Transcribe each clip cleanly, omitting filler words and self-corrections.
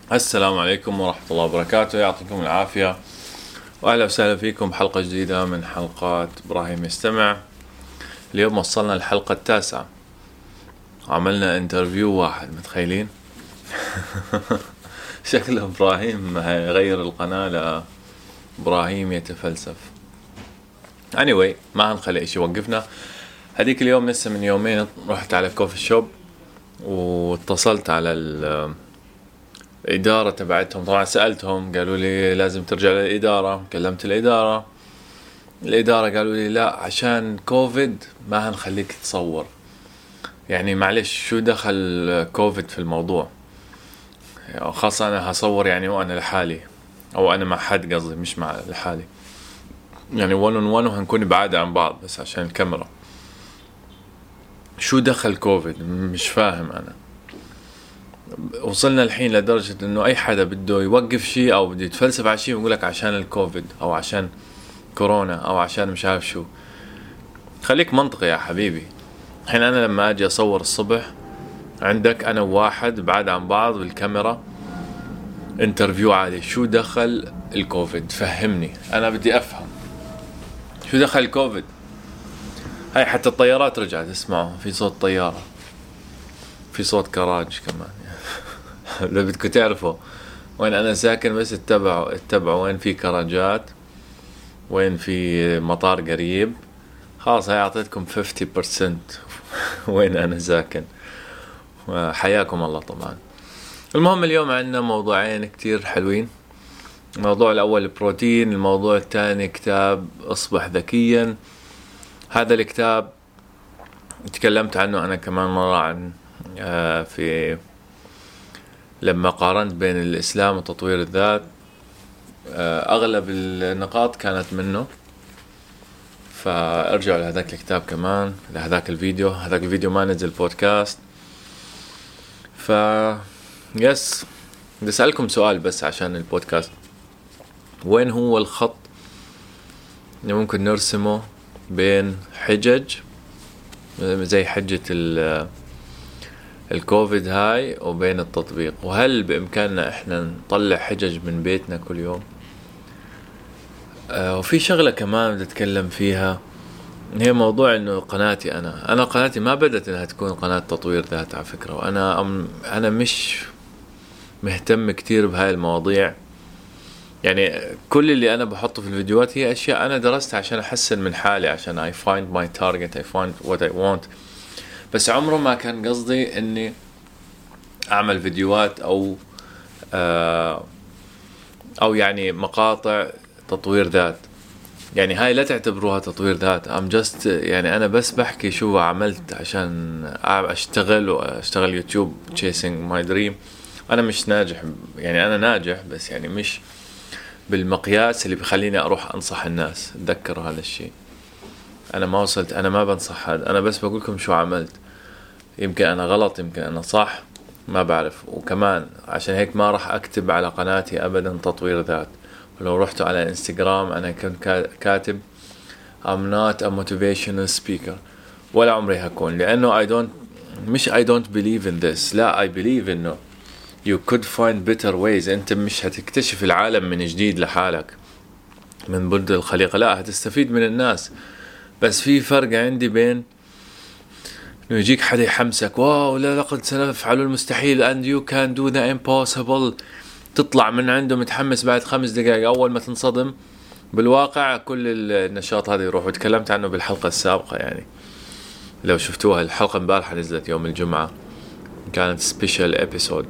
السلام عليكم ورحمة الله وبركاته، يعطيكم العافية وأهلا وسهلا فيكم بحلقة جديدة من حلقات إبراهيم يستمع. اليوم وصلنا الحلقة 9. عملنا انترفيو واحد، متخيلين؟ شكله إبراهيم هيغير القناة لإبراهيم يتفلسف. anyway، ما هنخلي إشي يوقفنا. هديك اليوم لسه من يومين رحت على كوفي شوب واتصلت على الإدارة تبعتهم. طبعا سألتهم، قالوا لي لازم ترجع للإدارة. كلمت الإدارة قالوا لي لا، عشان كوفيد ما هنخليك تصور. يعني معلش، شو دخل كوفيد في الموضوع؟ خاصة أنا هصور يعني وأنا لحالي، أو أنا مع حد، قصدي مش مع لحالي، يعني 1 on 1 وهنكون بعاد عن بعض بس عشان الكاميرا. شو دخل كوفيد؟ مش فاهم أنا. وصلنا الحين لدرجة انه اي حدا بده يوقف شيء او بده يتفلسف على شيء يقولك عشان الكوفيد او عشان كورونا او عشان مش عارف شو. خليك منطقي يا حبيبي. الحين انا لما اجي اصور الصبح عندك انا وواحد بعاد عن بعض بالكاميرا، انترفيو عادي، شو دخل الكوفيد؟ فهمني، انا بدي افهم شو دخل الكوفيد. هاي حتى الطيارات رجعت، اسمعوا في صوت طيارة، في صوت كراج كمان. لو بدكم تعرفوا وين انا ساكن بس اتبعوا وين في كراجات، وين في مطار قريب. خلاص هاي اعطيتكم 50% وين انا ساكن. حياكم الله. طبعا المهم اليوم عندنا موضوعين كتير حلوين. الموضوع الاول البروتين، الموضوع الثاني كتاب اصبح ذكيا. هذا الكتاب تكلمت عنه انا كمان مرة عن في لما قارنت بين الإسلام وتطوير الذات. أغلب النقاط كانت منه، فارجعوا لهذاك الكتاب كمان، لهذاك الفيديو. هذاك الفيديو ما نزل بودكاست. يس، بدي أسألكم سؤال بس عشان البودكاست. وين هو الخط اللي ممكن نرسمه بين حجج زي حجة الكوفيد هاي وبين التطبيق؟ وهل بإمكاننا إحنا نطلع حجج من بيتنا كل يوم؟ وفي شغلة كمان بدي أتكلم فيها، هي موضوع إنه قناتي أنا قناتي ما بدأت إنها تكون قناة تطوير ذات على فكرة، وأنا مش مهتم كتير بهاي المواضيع. يعني كل اللي أنا بحطه في الفيديوهات هي أشياء أنا درستها عشان أحسن من حالي، عشان I find my target, I find what I want. بس عمره ما كان قصدي اني اعمل فيديوهات او يعني مقاطع تطوير ذات. يعني هاي لا تعتبروها تطوير ذات. I'm just يعني انا بس بحكي شو عملت عشان اشتغل يوتيوب chasing my dream. انا مش ناجح، يعني انا ناجح بس يعني مش بالمقياس اللي بخليني اروح انصح الناس. تذكروا هذا الشيء، انا ما وصلت، انا ما بنصح هذا، انا بس بقولكم شو عملت. يمكن انا غلط، يمكن انا صح، ما بعرف. وكمان عشان هيك ما راح اكتب على قناتي ابدا تطوير ذات. ولو رحتوا على انستغرام انا كنت كاتب I'm not a motivational speaker، ولا عمري هكون، لانه I don't believe in this. لا، I believe انه you could find better ways. انت مش هتكتشف العالم من جديد لحالك من بدء الخليقة، لا، هتستفيد من الناس. بس في فرق عندي بين انه يجيك حدا يحمسك، واو لا لقد سنفعل المستحيل and you can do the impossible، تطلع من عنده متحمس، بعد 5 دقائق اول ما تنصدم بالواقع كل النشاط هذا يروح. وتكلمت عنه بالحلقة السابقة، يعني لو شفتوها الحلقة امبارح نزلت يوم الجمعة، كانت سبيشال ابيسود.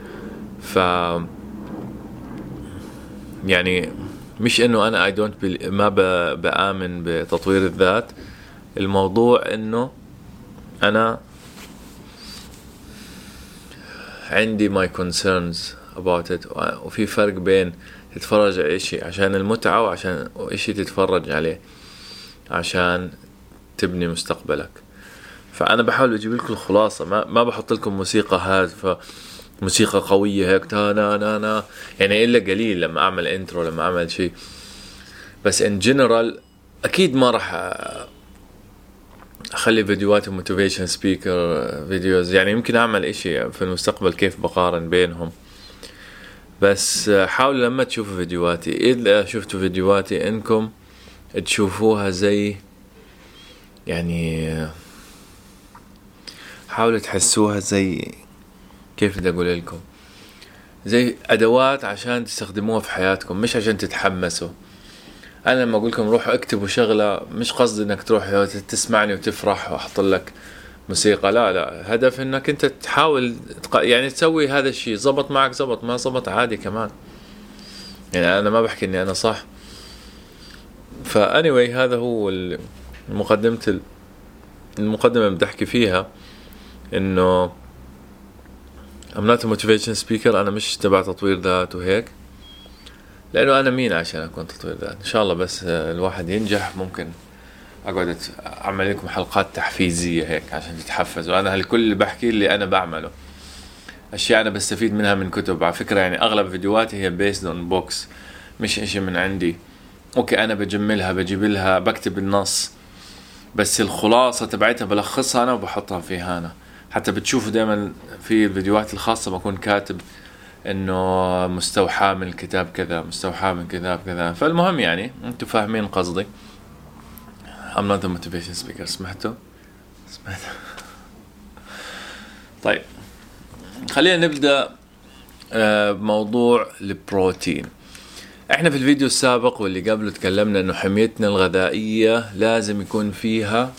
يعني مش انه انا ما بآمن بتطوير الذات. الموضوع انه انا عندي my concerns about it. وفي فرق بين تتفرج على اشي عشان المتعة وعشان اشي تتفرج عليه عشان تبني مستقبلك. فانا بحاول اجيب لكم الخلاصة، ما بحط لكم موسيقى هادفة، موسيقى قوية هيك نا يعني إلا قليل لما أعمل انترو، لما أعمل شيء. بس in general أكيد ما راح أخلي فيديوهات موتيفيشن سبيكر فيديوز. يعني يمكن أعمل إشي في المستقبل كيف بقارن بينهم. بس حاولوا لما تشوفوا فيديوهاتي، إذا شفتوا فيديوهاتي إنكم تشوفوها زي يعني حاولوا تحسوها زي كيف بدي أقول لكم، زي أدوات عشان تستخدموها في حياتكم، مش عشان تتحمسوا. أنا لما أقول لكم روحوا اكتبوا شغلة، مش قصدي إنك تروح تسمعني وتفرح وأحط لك موسيقى، لا، هدف إنك أنت تحاول يعني تسوي هذا الشيء. زبط معك زبط، ما زبط عادي كمان، يعني أنا ما بحكي إني أنا صح. anyway هذا هو المقدمة اللي بدي أحكي فيها، إنه I'm not a motivation speaker. أنا مش تبع تطوير ذات وهيك، لأنه أنا مين عشان أكون تطوير ذات؟ إن شاء الله بس الواحد ينجح ممكن أقعد أعمل لكم حلقات تحفيزية هيك عشان تتحفزوا. أنا هالكل اللي بحكي اللي أنا بعمله أشياء أنا بستفيد منها من كتب على فكرة. يعني أغلب فيديوهاتي هي based on books، مش إشي من عندي. أوكي أنا بجملها، بجيب لها، بكتب النص، بس الخلاصة تبعتها بلخصها أنا وبحطها في هنا. حتى بتشوفوا دائما في الفيديوهات الخاصة بكون كاتب إنه مستوحى من الكتاب كذا، مستوحى من كتاب كذا. فالمهم يعني أنتوا فاهمين قصدي. I'm not a motivation speaker. سمعتوا؟ طيب خلينا نبدأ بموضوع البروتين. احنا في الفيديو السابق واللي قبله تكلمنا انه حميتنا الغذائية لازم يكون فيها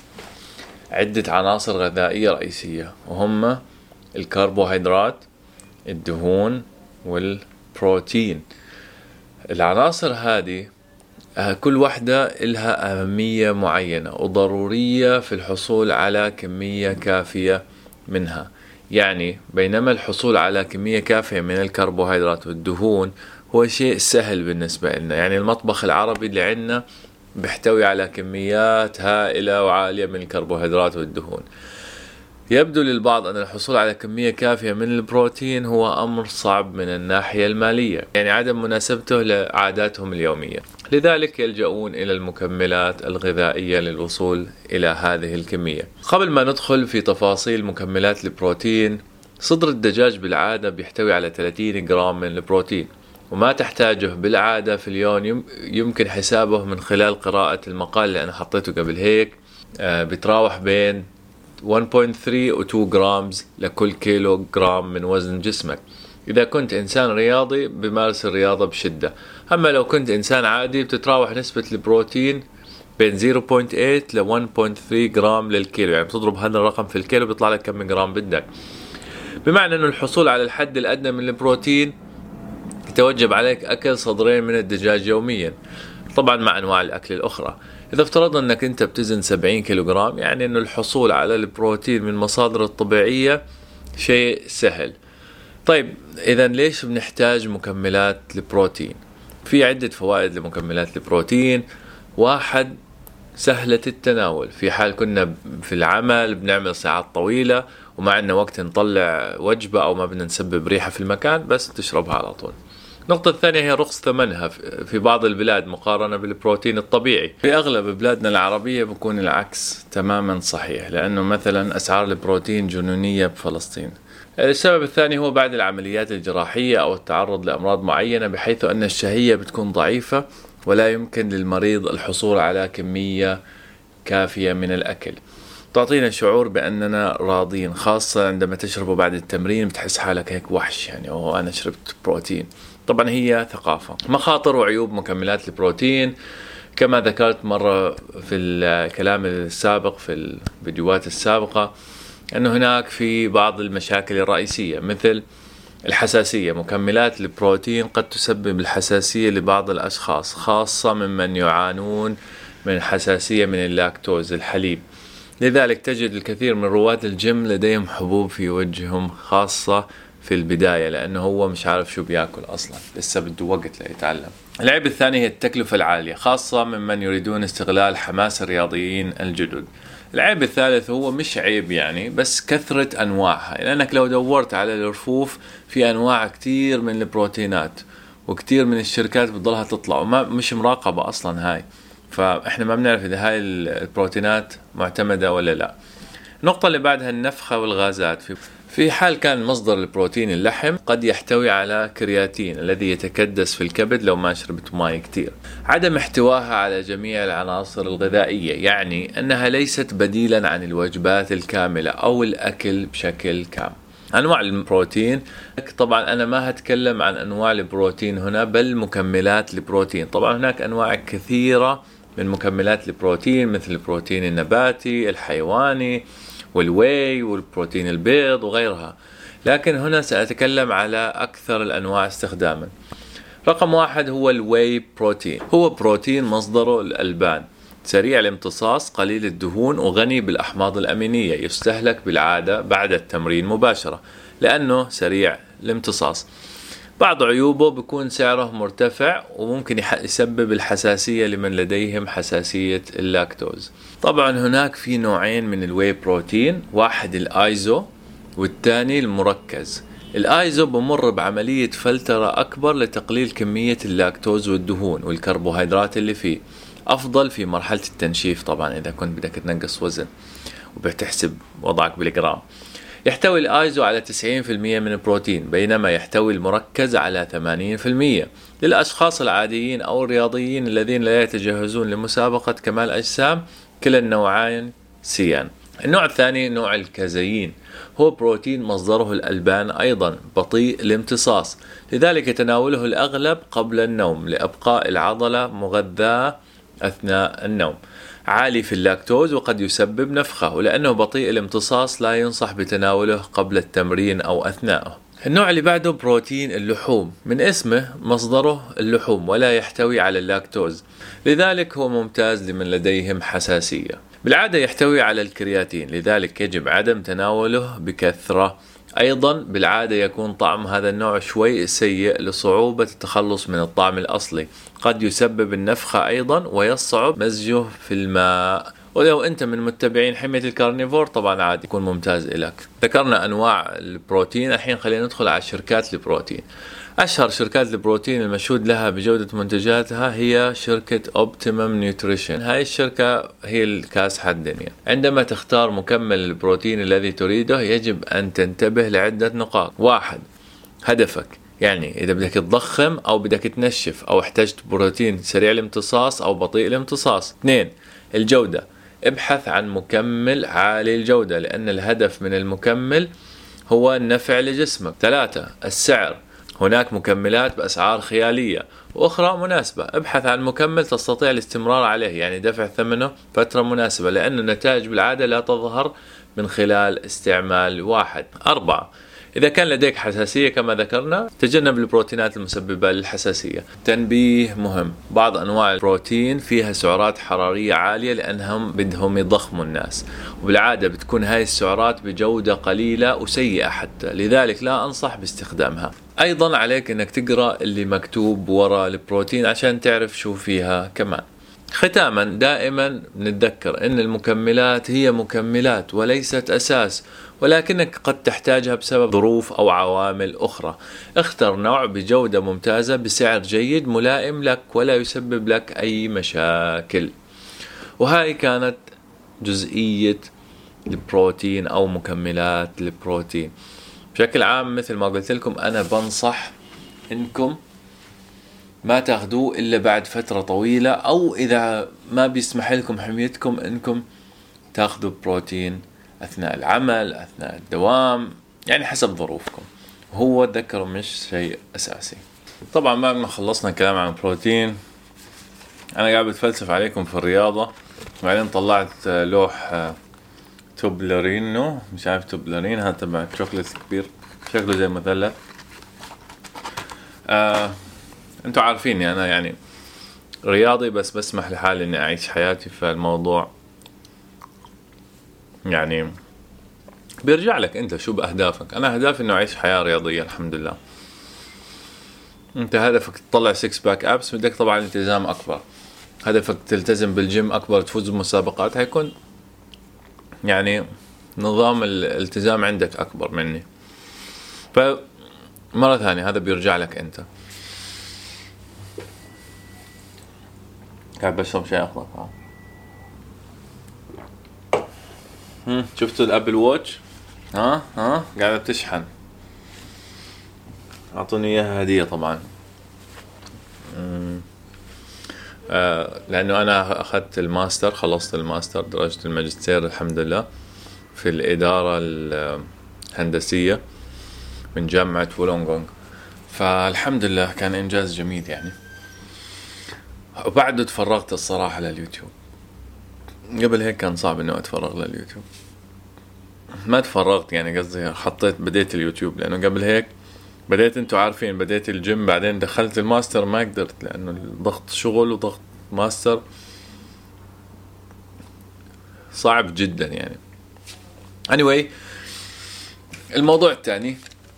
عدة عناصر غذائية رئيسية، وهم الكربوهيدرات، الدهون، والبروتين. العناصر هذه كل واحدة إلها أهمية معينة وضرورية في الحصول على كمية كافية منها. يعني بينما الحصول على كمية كافية من الكربوهيدرات والدهون هو شيء سهل بالنسبة لنا، يعني المطبخ العربي اللي عندنا بيحتوي على كميات هائلة وعالية من الكربوهيدرات والدهون. يبدو للبعض أن الحصول على كمية كافية من البروتين هو أمر صعب من الناحية المالية، يعني عدم مناسبته لعاداتهم اليومية، لذلك يلجؤون إلى المكملات الغذائية للوصول إلى هذه الكمية. قبل ما ندخل في تفاصيل مكملات البروتين، صدر الدجاج بالعادة بيحتوي على 30 جرام من البروتين، وما تحتاجه بالعادة في اليوم يمكن حسابه من خلال قراءة المقال اللي أنا حطيته قبل هيك. بتراوح بين 1.3 و 2 جرامز لكل كيلو جرام من وزن جسمك. إذا كنت إنسان رياضي بمارس الرياضة بشدة، أما لو كنت إنسان عادي بتتراوح نسبة البروتين بين 0.8 ل 1.3 جرام للكيلو، يعني بتضرب هذا الرقم في الكيلو بيطلع لك كم جرام بدك. بمعنى أنه الحصول على الحد الأدنى من البروتين يتوجب عليك أكل صدرين من الدجاج يوميا، طبعا مع أنواع الأكل الأخرى. إذا افترضنا أنك أنت بتزن 70 كيلوغرام، يعني أنه الحصول على البروتين من مصادر الطبيعية شيء سهل. طيب إذا ليش بنحتاج مكملات البروتين؟ في عدة فوائد لمكملات البروتين. واحد، سهلة التناول، في حال كنا في العمل بنعمل ساعات طويلة وما عندنا وقت نطلع وجبة أو ما بدنا نسبب ريحة في المكان، بس تشربها على طول. النقطة الثانية هي رخص ثمنها في بعض البلاد مقارنة بالبروتين الطبيعي. في أغلب بلادنا العربية بكون العكس تماما صحيح، لأنه مثلا أسعار البروتين جنونية بفلسطين. السبب الثاني هو بعد العمليات الجراحية أو التعرض لأمراض معينة، بحيث أن الشهية بتكون ضعيفة ولا يمكن للمريض الحصول على كمية كافية من الأكل. تعطينا شعور بأننا راضين، خاصة عندما تشربه بعد التمرين بتحس حالك هيك وحش، يعني أنا شربت بروتين. طبعا هي ثقافة. مخاطر وعيوب مكملات البروتين كما ذكرت مرة في الكلام السابق في الفيديوهات السابقة، أنه هناك في بعض المشاكل الرئيسية مثل الحساسية. مكملات البروتين قد تسبب الحساسية لبعض الأشخاص، خاصة ممن يعانون من حساسية من اللاكتوز الحليب. لذلك تجد الكثير من رواد الجيم لديهم حبوب في وجههم، خاصة في البداية، لأنه هو مش عارف شو بياكل أصلا، لسه بده وقت ليتعلم. العيب الثاني هي التكلفة العالية، خاصة ممن يريدون استغلال حماس الرياضيين الجدد. العيب الثالث هو مش عيب يعني، بس كثرة أنواعها، لأنك لو دورت على الرفوف في أنواع كتير من البروتينات، وكتير من الشركات بتضلها تطلع وما مش مراقبة أصلا هاي، فإحنا ما بنعرف إذا هاي البروتينات معتمدة ولا لا. النقطة اللي بعدها النفخة والغازات. في حال كان مصدر البروتين اللحم قد يحتوي على كرياتين الذي يتكدس في الكبد لو ما شربت ماء كتير. عدم احتواها على جميع العناصر الغذائية يعني أنها ليست بديلا عن الوجبات الكاملة أو الأكل بشكل كامل. أنواع البروتين، طبعا أنا ما هتكلم عن أنواع البروتين هنا بل مكملات البروتين. طبعا هناك أنواع كثيرة من مكملات البروتين مثل البروتين النباتي، الحيواني، والواي، والبروتين البيض وغيرها، لكن هنا سأتكلم على أكثر الأنواع استخداما. رقم 1 هو الواي بروتين. هو بروتين مصدره الألبان، سريع الامتصاص، قليل الدهون، وغني بالأحماض الأمينية. يستهلك بالعادة بعد التمرين مباشرة لأنه سريع الامتصاص. بعض عيوبه بيكون سعره مرتفع وممكن يسبب الحساسية لمن لديهم حساسية اللاكتوز. طبعا هناك في نوعين من الواي بروتين، واحد الآيزو والثاني المركز. الآيزو بمر بعملية فلترة أكبر لتقليل كمية اللاكتوز والدهون والكربوهيدرات اللي فيه، أفضل في مرحلة التنشيف طبعا إذا كنت بدك تنقص وزن وبتحسب وضعك بالجرام. يحتوي الآيزو على 90% من البروتين بينما يحتوي المركز على 80%. للأشخاص العاديين أو الرياضيين الذين لا يتجهزون لمسابقة كمال أجسام كلا النوعين سيان. النوع الثاني نوع الكازيين، هو بروتين مصدره الألبان، أيضا بطيء الامتصاص، لذلك يتناوله الأغلب قبل النوم لإبقاء العضلة مغذاة أثناء النوم. عالي في اللاكتوز وقد يسبب نفخة، ولأنه بطيء الامتصاص لا ينصح بتناوله قبل التمرين أو أثناءه. النوع اللي بعده بروتين اللحوم، من اسمه مصدره اللحوم ولا يحتوي على اللاكتوز، لذلك هو ممتاز لمن لديهم حساسية. بالعادة يحتوي على الكرياتين، لذلك يجب عدم تناوله بكثرة. أيضا بالعادة يكون طعم هذا النوع شوي سيء لصعوبة التخلص من الطعم الأصلي، قد يسبب النفخة أيضا ويصعب مزجه في الماء. ولو أنت من متبعين حمية الكارنيفور طبعا عادي يكون ممتاز إلك. ذكرنا أنواع البروتين، الحين خلينا ندخل على شركات البروتين. أشهر شركات البروتين المشهود لها بجودة منتجاتها هي شركة أوبتيمم نيوتريشن. هاي الشركة هي الكاسحة الدنيا. عندما تختار مكمل البروتين الذي تريده يجب أن تنتبه لعدة نقاط. 1. هدفك، يعني إذا بدك تضخم أو بدك تنشف أو احتجت بروتين سريع الامتصاص أو بطيء الامتصاص. 2. الجودة، ابحث عن مكمل عالي الجودة لأن الهدف من المكمل هو النفع لجسمك. 3. السعر، هناك مكملات بأسعار خيالية وأخرى مناسبة، ابحث عن مكمل تستطيع الاستمرار عليه، يعني دفع ثمنه فترة مناسبة، لأن النتائج بالعادة لا تظهر من خلال استعمال واحد. 4. إذا كان لديك حساسية كما ذكرنا تجنب البروتينات المسببة للحساسية. تنبيه مهم، بعض أنواع البروتين فيها سعرات حرارية عالية لأنهم بدهم يضخموا الناس، وبالعادة بتكون هاي السعرات بجودة قليلة وسيئة حتى، لذلك لا أنصح باستخدامها. أيضا عليك أنك تقرأ اللي مكتوب وراء البروتين عشان تعرف شو فيها كمان. ختاما دائما نتذكر أن المكملات هي مكملات وليست أساس، ولكنك قد تحتاجها بسبب ظروف أو عوامل أخرى. اختر نوع بجودة ممتازة بسعر جيد ملائم لك ولا يسبب لك أي مشاكل. وهاي كانت جزئية البروتين أو مكملات البروتين بشكل عام. مثل ما قلت لكم أنا بنصح إنكم ما تاخذوه إلا بعد فترة طويلة، أو إذا ما بيسمح لكم حميتكم إنكم تاخذوا بروتين أثناء العمل أثناء الدوام، يعني حسب ظروفكم. هو تذكروا مش شيء أساسي. طبعا بعد ما خلصنا الكلام عن البروتين أنا قاعد بتفلسف عليكم في الرياضة، وبعدين طلعت لوح توبلرينو، مش عارف توبلرين، هذا تبع الشوكولات الكبير شكله زي مثلث. انتوا عارفيني انا يعني رياضي، بس بسمح لحالي اني اعيش حياتي، فالموضوع يعني بيرجع لك انت شو باهدافك. انا اهدافي انه اعيش حياة رياضية الحمد لله. انت هدفك تطلع 6 باك ابس، بدك طبعا التزام اكبر. هدفك تلتزم بالجيم اكبر، تفوز بمسابقات، هيكون يعني نظام الالتزام عندك اكبر مني. فمرة ثانية هذا بيرجع لك انت. قاعد بشرب شيء اخضر. شفتوا الابل واتش؟ ها قاعدة بتشحن. أعطوني إياها هدية طبعا. لأنه أنا أخذت الماستر، خلصت الماستر درجة الماجستير الحمد لله في الإدارة الهندسية من جامعة وولونغونغ، فالحمد لله كان إنجاز جميل يعني. وبعده تفرغت الصراحة لليوتيوب. قبل هيك كان صعب إنه أتفرغ لليوتيوب، ما تفرغت يعني، قصدي بديت اليوتيوب، لأنه قبل هيك بديت، انتوا عارفين، بديت الجيم، بعدين دخلت الماستر ما قدرت لأنه ضغط شغل وضغط ماستر صعب جدا يعني. anyway، الموضوع الثاني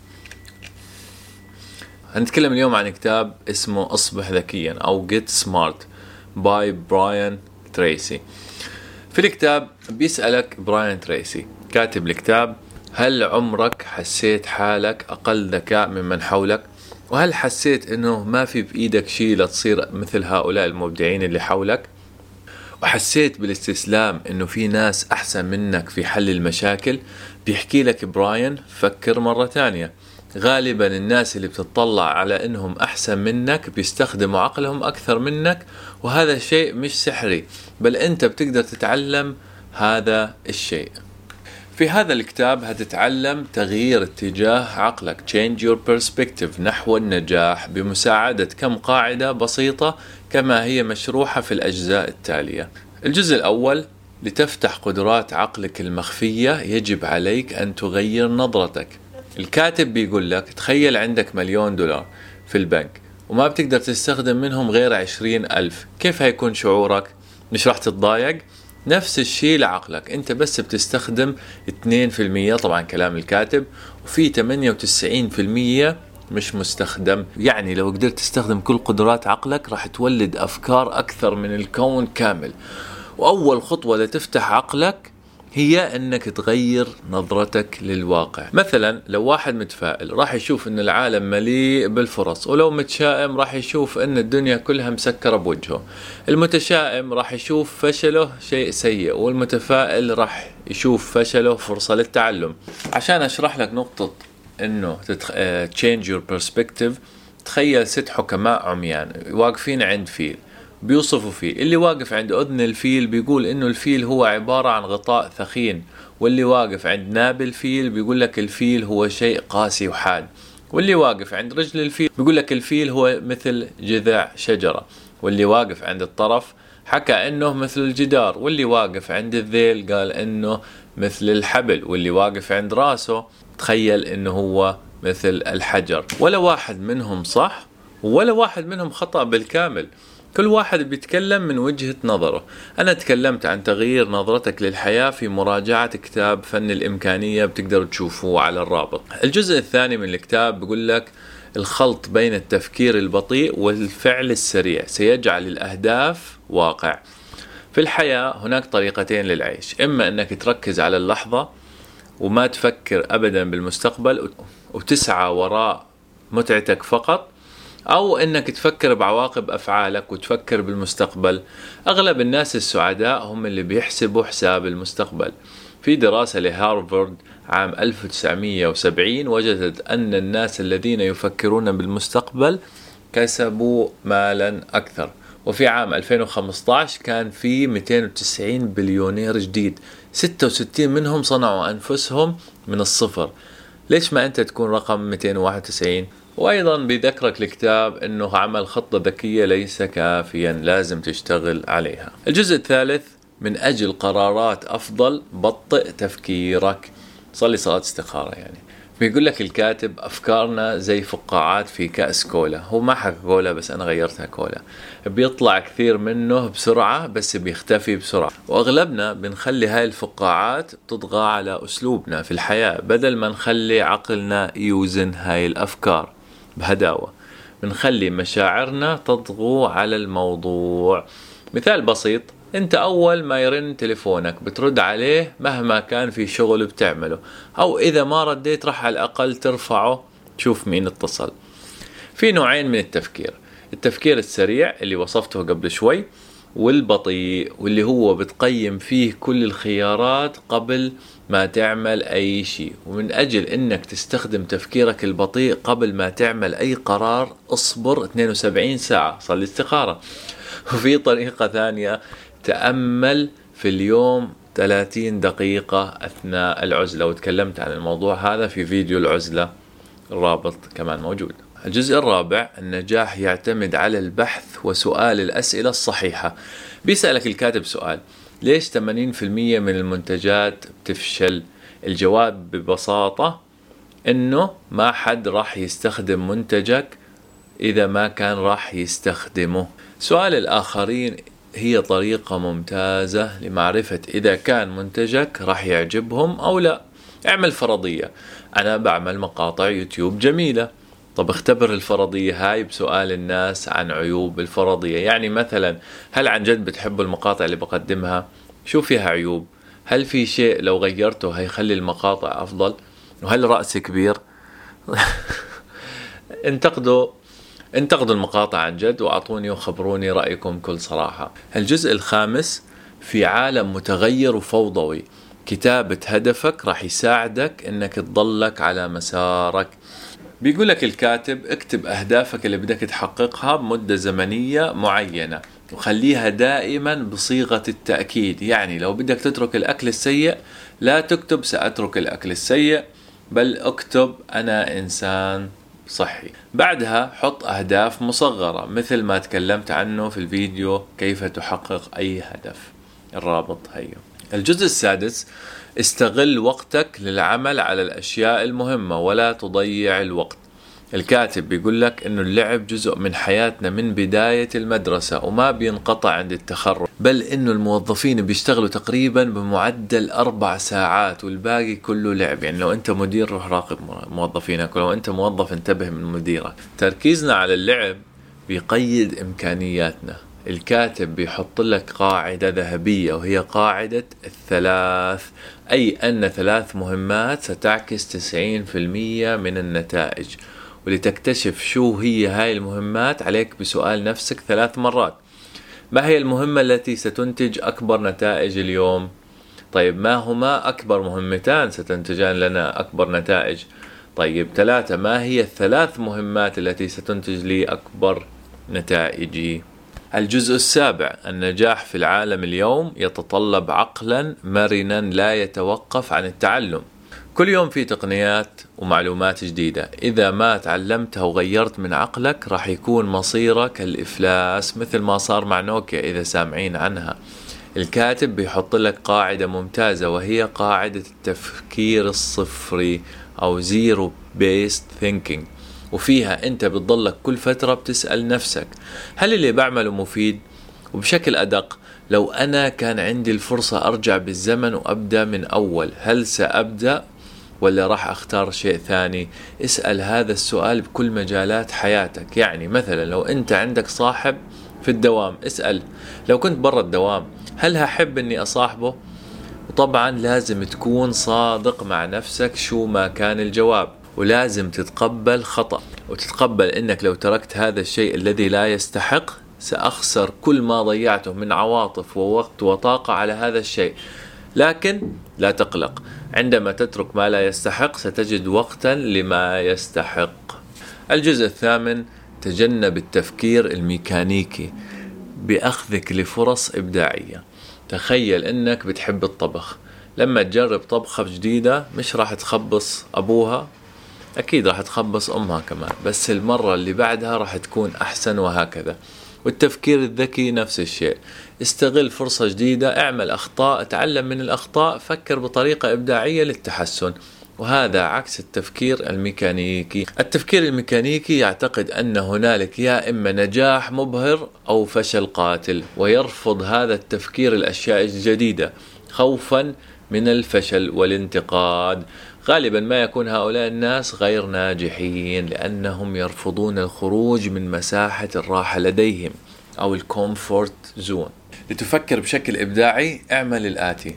هنتكلم اليوم عن كتاب اسمه أصبح ذكيا أو Get Smart by براين تريسي. في الكتاب بيسألك براين تريسي كاتب الكتاب: هل عمرك حسيت حالك أقل ذكاء ممن حولك؟ وهل حسيت إنه ما في بإيدك شيء لتصير مثل هؤلاء المبدعين اللي حولك؟ وحسيت بالاستسلام إنه في ناس أحسن منك في حل المشاكل؟ بيحكي لك براين: فكر مرة تانية، غالبا الناس اللي بتطلع على إنهم أحسن منك بيستخدموا عقلهم أكثر منك، وهذا شيء مش سحري، بل أنت بتقدر تتعلم هذا الشيء. في هذا الكتاب هتتعلم تغيير اتجاه عقلك، change your perspective، نحو النجاح بمساعدة كم قاعدة بسيطة كما هي مشروحة في الأجزاء التالية. الجزء الأول: لتفتح قدرات عقلك المخفية يجب عليك أن تغير نظرتك. الكاتب بيقول لك: تخيل عندك $1,000,000 في البنك وما بتقدر تستخدم منهم غير 20,000، كيف هيكون شعورك؟ مش راح تتضايق؟ نفس الشيء لعقلك، انت بس بتستخدم 2%، طبعا كلام الكاتب، وفي 98% مش مستخدم. يعني لو قدرت تستخدم كل قدرات عقلك راح تولد أفكار أكثر من الكون كامل. وأول خطوة لتفتح عقلك هي أنك تغير نظرتك للواقع. مثلا لو واحد متفائل راح يشوف أن العالم مليء بالفرص، ولو متشائم راح يشوف أن الدنيا كلها مسكرة بوجهه. المتشائم راح يشوف فشله شيء سيء، والمتفائل راح يشوف فشله فرصة للتعلم. عشان أشرح لك نقطة أنه change your perspective، تخيل 6 حكماء عميان واقفين عند فيل بيوصفوا فيه. اللي واقف عند أذن الفيل بيقول إنه الفيل هو عبارة عن غطاء ثخين، واللي واقف عند ناب الفيل بيقول لك الفيل هو شيء قاسي وحاد، واللي واقف عند رجل الفيل بيقول لك الفيل هو مثل جذع شجرة، واللي واقف عند الطرف حكى إنه مثل الجدار، واللي واقف عند الذيل قال إنه مثل الحبل، واللي واقف عند راسه تخيل إنه هو مثل الحجر. ولا واحد منهم صح ولا واحد منهم خطأ بالكامل، كل واحد بيتكلم من وجهة نظره. أنا تكلمت عن تغيير نظرتك للحياة في مراجعة كتاب فن الإمكانية، بتقدروا تشوفوه على الرابط. الجزء الثاني من الكتاب بيقول لك: الخلط بين التفكير البطيء والفعل السريع سيجعل الأهداف واقع. في الحياة هناك طريقتين للعيش: إما أنك تركز على اللحظة وما تفكر أبدا بالمستقبل وتسعى وراء متعتك فقط، أو أنك تفكر بعواقب أفعالك وتفكر بالمستقبل. أغلب الناس السعداء هم اللي بيحسبوا حساب المستقبل. في دراسة لهارفارد عام 1970 وجدت أن الناس الذين يفكرون بالمستقبل كسبوا مالا أكثر. وفي عام 2015 كان في 290 بليونير جديد، 66 منهم صنعوا أنفسهم من الصفر. ليش ما أنت تكون رقم 291؟ وأيضا بيذكرك الكتاب أنه عمل خطة ذكية ليس كافيا، لازم تشتغل عليها. الجزء الثالث: من أجل قرارات أفضل بطئ تفكيرك. صلي صلاة استخارة يعني. بيقول لك الكاتب: أفكارنا زي فقاعات في كأس كولا. هو ما حكى كولا بس أنا غيرتها كولا. بيطلع كثير منه بسرعة بس بيختفي بسرعة، وأغلبنا بنخلي هاي الفقاعات تطغى على أسلوبنا في الحياة، بدل ما نخلي عقلنا يوزن هاي الأفكار بهداوة. بنخلي مشاعرنا تطغو على الموضوع. مثال بسيط: انت اول ما يرن تليفونك بترد عليه مهما كان في شغل بتعمله، او اذا ما رديت راح على الاقل ترفعه تشوف مين اتصل. في نوعين من التفكير: التفكير السريع اللي وصفته قبل شوي، والبطيء واللي هو بتقيم فيه كل الخيارات قبل ما تعمل أي شيء. ومن أجل أنك تستخدم تفكيرك البطيء قبل ما تعمل أي قرار، اصبر 72 ساعة، صلي استخارة. وفي طريقة ثانية، تأمل في اليوم 30 دقيقة أثناء العزلة، وتكلمت عن الموضوع هذا في فيديو العزلة، الرابط كمان موجود. الجزء الرابع، النجاح يعتمد على البحث وسؤال الأسئلة الصحيحة. بيسألك الكاتب سؤال: ليش 80% من المنتجات بتفشل؟ الجواب ببساطة إنه ما حد راح يستخدم منتجك إذا ما كان راح يستخدمه. سؤال الآخرين هي طريقة ممتازة لمعرفة إذا كان منتجك راح يعجبهم أو لا. اعمل فرضية: أنا بعمل مقاطع يوتيوب جميلة. طب اختبر الفرضية هاي بسؤال الناس عن عيوب الفرضية. يعني مثلا، هل عن جد بتحبوا المقاطع اللي بقدمها؟ شو فيها عيوب؟ هل في شيء لو غيرته هيخلي المقاطع أفضل؟ وهل رأسي كبير؟ انتقدوا المقاطع عن جد، وأعطوني وخبروني رأيكم بكل صراحة. الجزء الخامس، في عالم متغير وفوضوي، كتابة هدفك راح يساعدك انك تضلك على مسارك. بيقول لك الكاتب: اكتب أهدافك اللي بدك تحققها بمدة زمنية معينة، وخليها دائما بصيغة التأكيد. يعني لو بدك تترك الأكل السيء، لا تكتب سأترك الأكل السيء، بل اكتب أنا إنسان صحي. بعدها حط أهداف مصغرة مثل ما تكلمت عنه في الفيديو كيف تحقق أي هدف، الرابط هيو. الجزء السادس، استغل وقتك للعمل على الأشياء المهمة ولا تضيع الوقت. الكاتب بيقول لك إنه اللعب جزء من حياتنا من بداية المدرسة وما بينقطع عند التخرج، بل إنه الموظفين بيشتغلوا تقريبا بمعدل 4 ساعات والباقي كله لعب. يعني لو أنت مدير روح راقب موظفينك، ولو أنت موظف انتبه من مديرك. تركيزنا على اللعب بيقيد إمكانياتنا. الكاتب بيحط لك قاعدة ذهبية، وهي قاعدة 3، أي أن 3 مهمات ستعكس 90% من النتائج. ولتكتشف شو هي هاي المهمات، عليك بسؤال نفسك 3 مرات: ما هي المهمة التي ستنتج أكبر نتائج اليوم؟ طيب ما هما أكبر مهمتان ستنتجان لنا أكبر نتائج؟ طيب 3، ما هي ال3 مهمات التي ستنتج لي أكبر نتائجي؟ الجزء السابع، النجاح في العالم اليوم يتطلب عقلا مرنا لا يتوقف عن التعلم. كل يوم في تقنيات ومعلومات جديدة، إذا ما تعلمتها وغيرت من عقلك راح يكون مصيرك الإفلاس، مثل ما صار مع نوكيا إذا سامعين عنها. الكاتب بيحط لك قاعدة ممتازة، وهي قاعدة التفكير الصفري أو Zero Based Thinking، وفيها أنت بتضلك كل فترة بتسأل نفسك: هل اللي بعمله مفيد؟ وبشكل أدق، لو أنا كان عندي الفرصة أرجع بالزمن وأبدأ من أول، هل سأبدأ ولا راح أختار شيء ثاني؟ اسأل هذا السؤال بكل مجالات حياتك. يعني مثلا لو أنت عندك صاحب في الدوام، اسأل: لو كنت برا الدوام هل هحب أني أصاحبه؟ وطبعا لازم تكون صادق مع نفسك شو ما كان الجواب، ولازم تتقبل خطأ، وتتقبل أنك لو تركت هذا الشيء الذي لا يستحق سأخسر كل ما ضيعته من عواطف ووقت وطاقة على هذا الشيء. لكن لا تقلق، عندما تترك ما لا يستحق ستجد وقتا لما يستحق. الجزء الثامن، تجنب التفكير الميكانيكي بأخذك لفرص إبداعية. تخيل أنك بتحب الطبخ، لما تجرب طبخة جديدة مش راح تخبص أبوها، أكيد راح تخبص أمها كمان، بس المرة اللي بعدها راح تكون أحسن، وهكذا. والتفكير الذكي نفس الشيء، استغل فرصة جديدة، اعمل أخطاء، اتعلم من الأخطاء، فكر بطريقة إبداعية للتحسن. وهذا عكس التفكير الميكانيكي. التفكير الميكانيكي يعتقد أن هنالك يا إما نجاح مبهر أو فشل قاتل، ويرفض هذا التفكير الأشياء الجديدة خوفا من الفشل والانتقاد. غالبا ما يكون هؤلاء الناس غير ناجحين لأنهم يرفضون الخروج من مساحة الراحة لديهم أو الكومفورت زون. لتفكر بشكل إبداعي اعمل الآتي: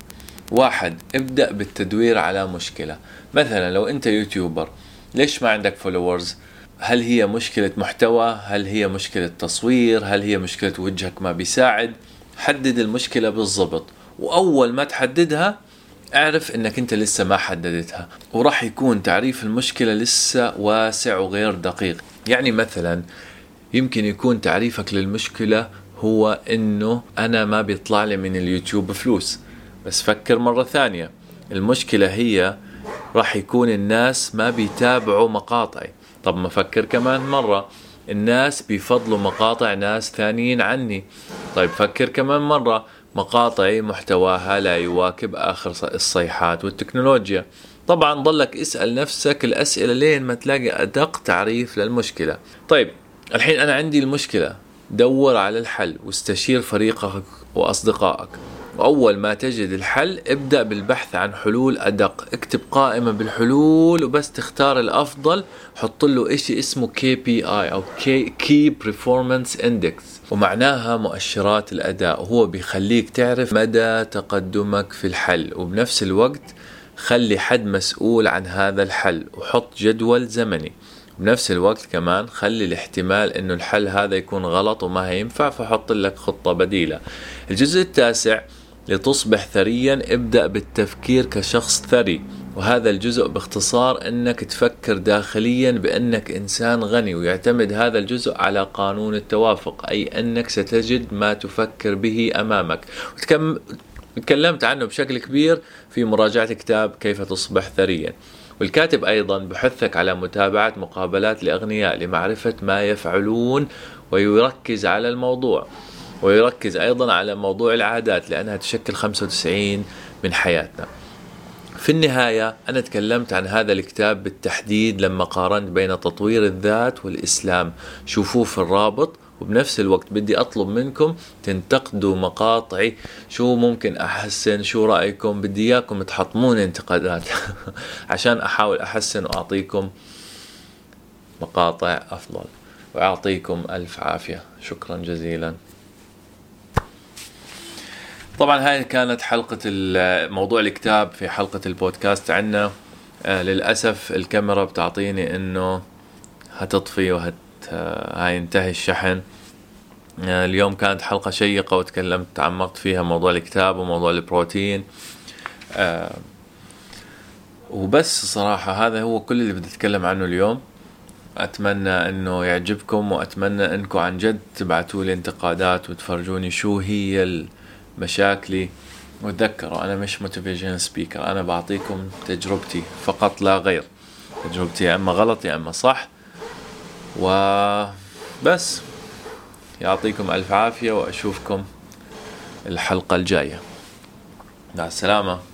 1. ابدأ بالتدوير على مشكلة. مثلا لو أنت يوتيوبر، ليش ما عندك فولورز؟ هل هي مشكلة محتوى؟ هل هي مشكلة تصوير؟ هل هي مشكلة وجهك ما بيساعد؟ حدد المشكلة بالضبط، وأول ما تحددها اعرف انك انت لسه ما حددتها، وراح يكون تعريف المشكلة لسه واسع وغير دقيق. يعني مثلا يمكن يكون تعريفك للمشكلة هو انه انا ما بيطلع لي من اليوتيوب فلوس. بس فكر مرة ثانية، المشكلة هي راح يكون الناس ما بيتابعوا مقاطعي. طب ما فكر كمان مرة، الناس بيفضلوا مقاطع ناس ثانيين عني. طيب فكر كمان مرة، مقاطعي محتواها لا يواكب آخر الصيحات والتكنولوجيا. طبعا ضلك اسأل نفسك الأسئلة لين ما تلاقي أدق تعريف للمشكلة. طيب الحين أنا عندي المشكلة، دور على الحل واستشير فريقك وأصدقائك، وأول ما تجد الحل ابدأ بالبحث عن حلول أدق. اكتب قائمة بالحلول وبس تختار الأفضل، حط له إشي اسمه KPI أو Key Performance Index، ومعناها مؤشرات الأداء، وهو بيخليك تعرف مدى تقدمك في الحل. وبنفس الوقت خلي حد مسؤول عن هذا الحل وحط جدول زمني. بنفس الوقت كمان خلي الاحتمال انه الحل هذا يكون غلط وما هينفع، فحط لك خطة بديلة. الجزء التاسع، لتصبح ثريا ابدأ بالتفكير كشخص ثري. وهذا الجزء باختصار انك تفكر داخليا بانك انسان غني، ويعتمد هذا الجزء على قانون التوافق، اي انك ستجد ما تفكر به امامك. تكلمت عنه بشكل كبير في مراجعة كتاب كيف تصبح ثريا. والكاتب أيضا بحثك على متابعة مقابلات لأغنياء لمعرفة ما يفعلون، ويركز على الموضوع، ويركز أيضا على موضوع العادات لأنها تشكل 95 من حياتنا. في النهاية أنا تكلمت عن هذا الكتاب بالتحديد لما قارنت بين تطوير الذات والإسلام. شوفوه في الرابط. وبنفس الوقت بدي أطلب منكم تنتقدوا مقاطعي، شو ممكن أحسن، شو رأيكم، بدي إياكم تحطمون انتقادات عشان أحاول أحسن وأعطيكم مقاطع أفضل. وأعطيكم ألف عافية، شكرا جزيلا. طبعا هاي كانت حلقة موضوع الكتاب في حلقة البودكاست عنا. للأسف الكاميرا بتعطيني إنه هتطفي هينتهي الشحن. اليوم كانت حلقة شيقة وتكلمت تعمقت فيها موضوع الكتاب وموضوع البروتين. وبس صراحة هذا هو كل اللي بدي أتكلم عنه اليوم. أتمنى أنه يعجبكم، وأتمنى أنكم عن جد تبعتوا لي انتقادات وتفرجوني شو هي مشاكلي. وتذكروا أنا مش موتيفيشن سبيكر، أنا بعطيكم تجربتي فقط لا غير. تجربتي يا أما غلط يا أما صح. وبس يعطيكم ألف عافية، وأشوفكم الحلقة الجاية. مع السلامة.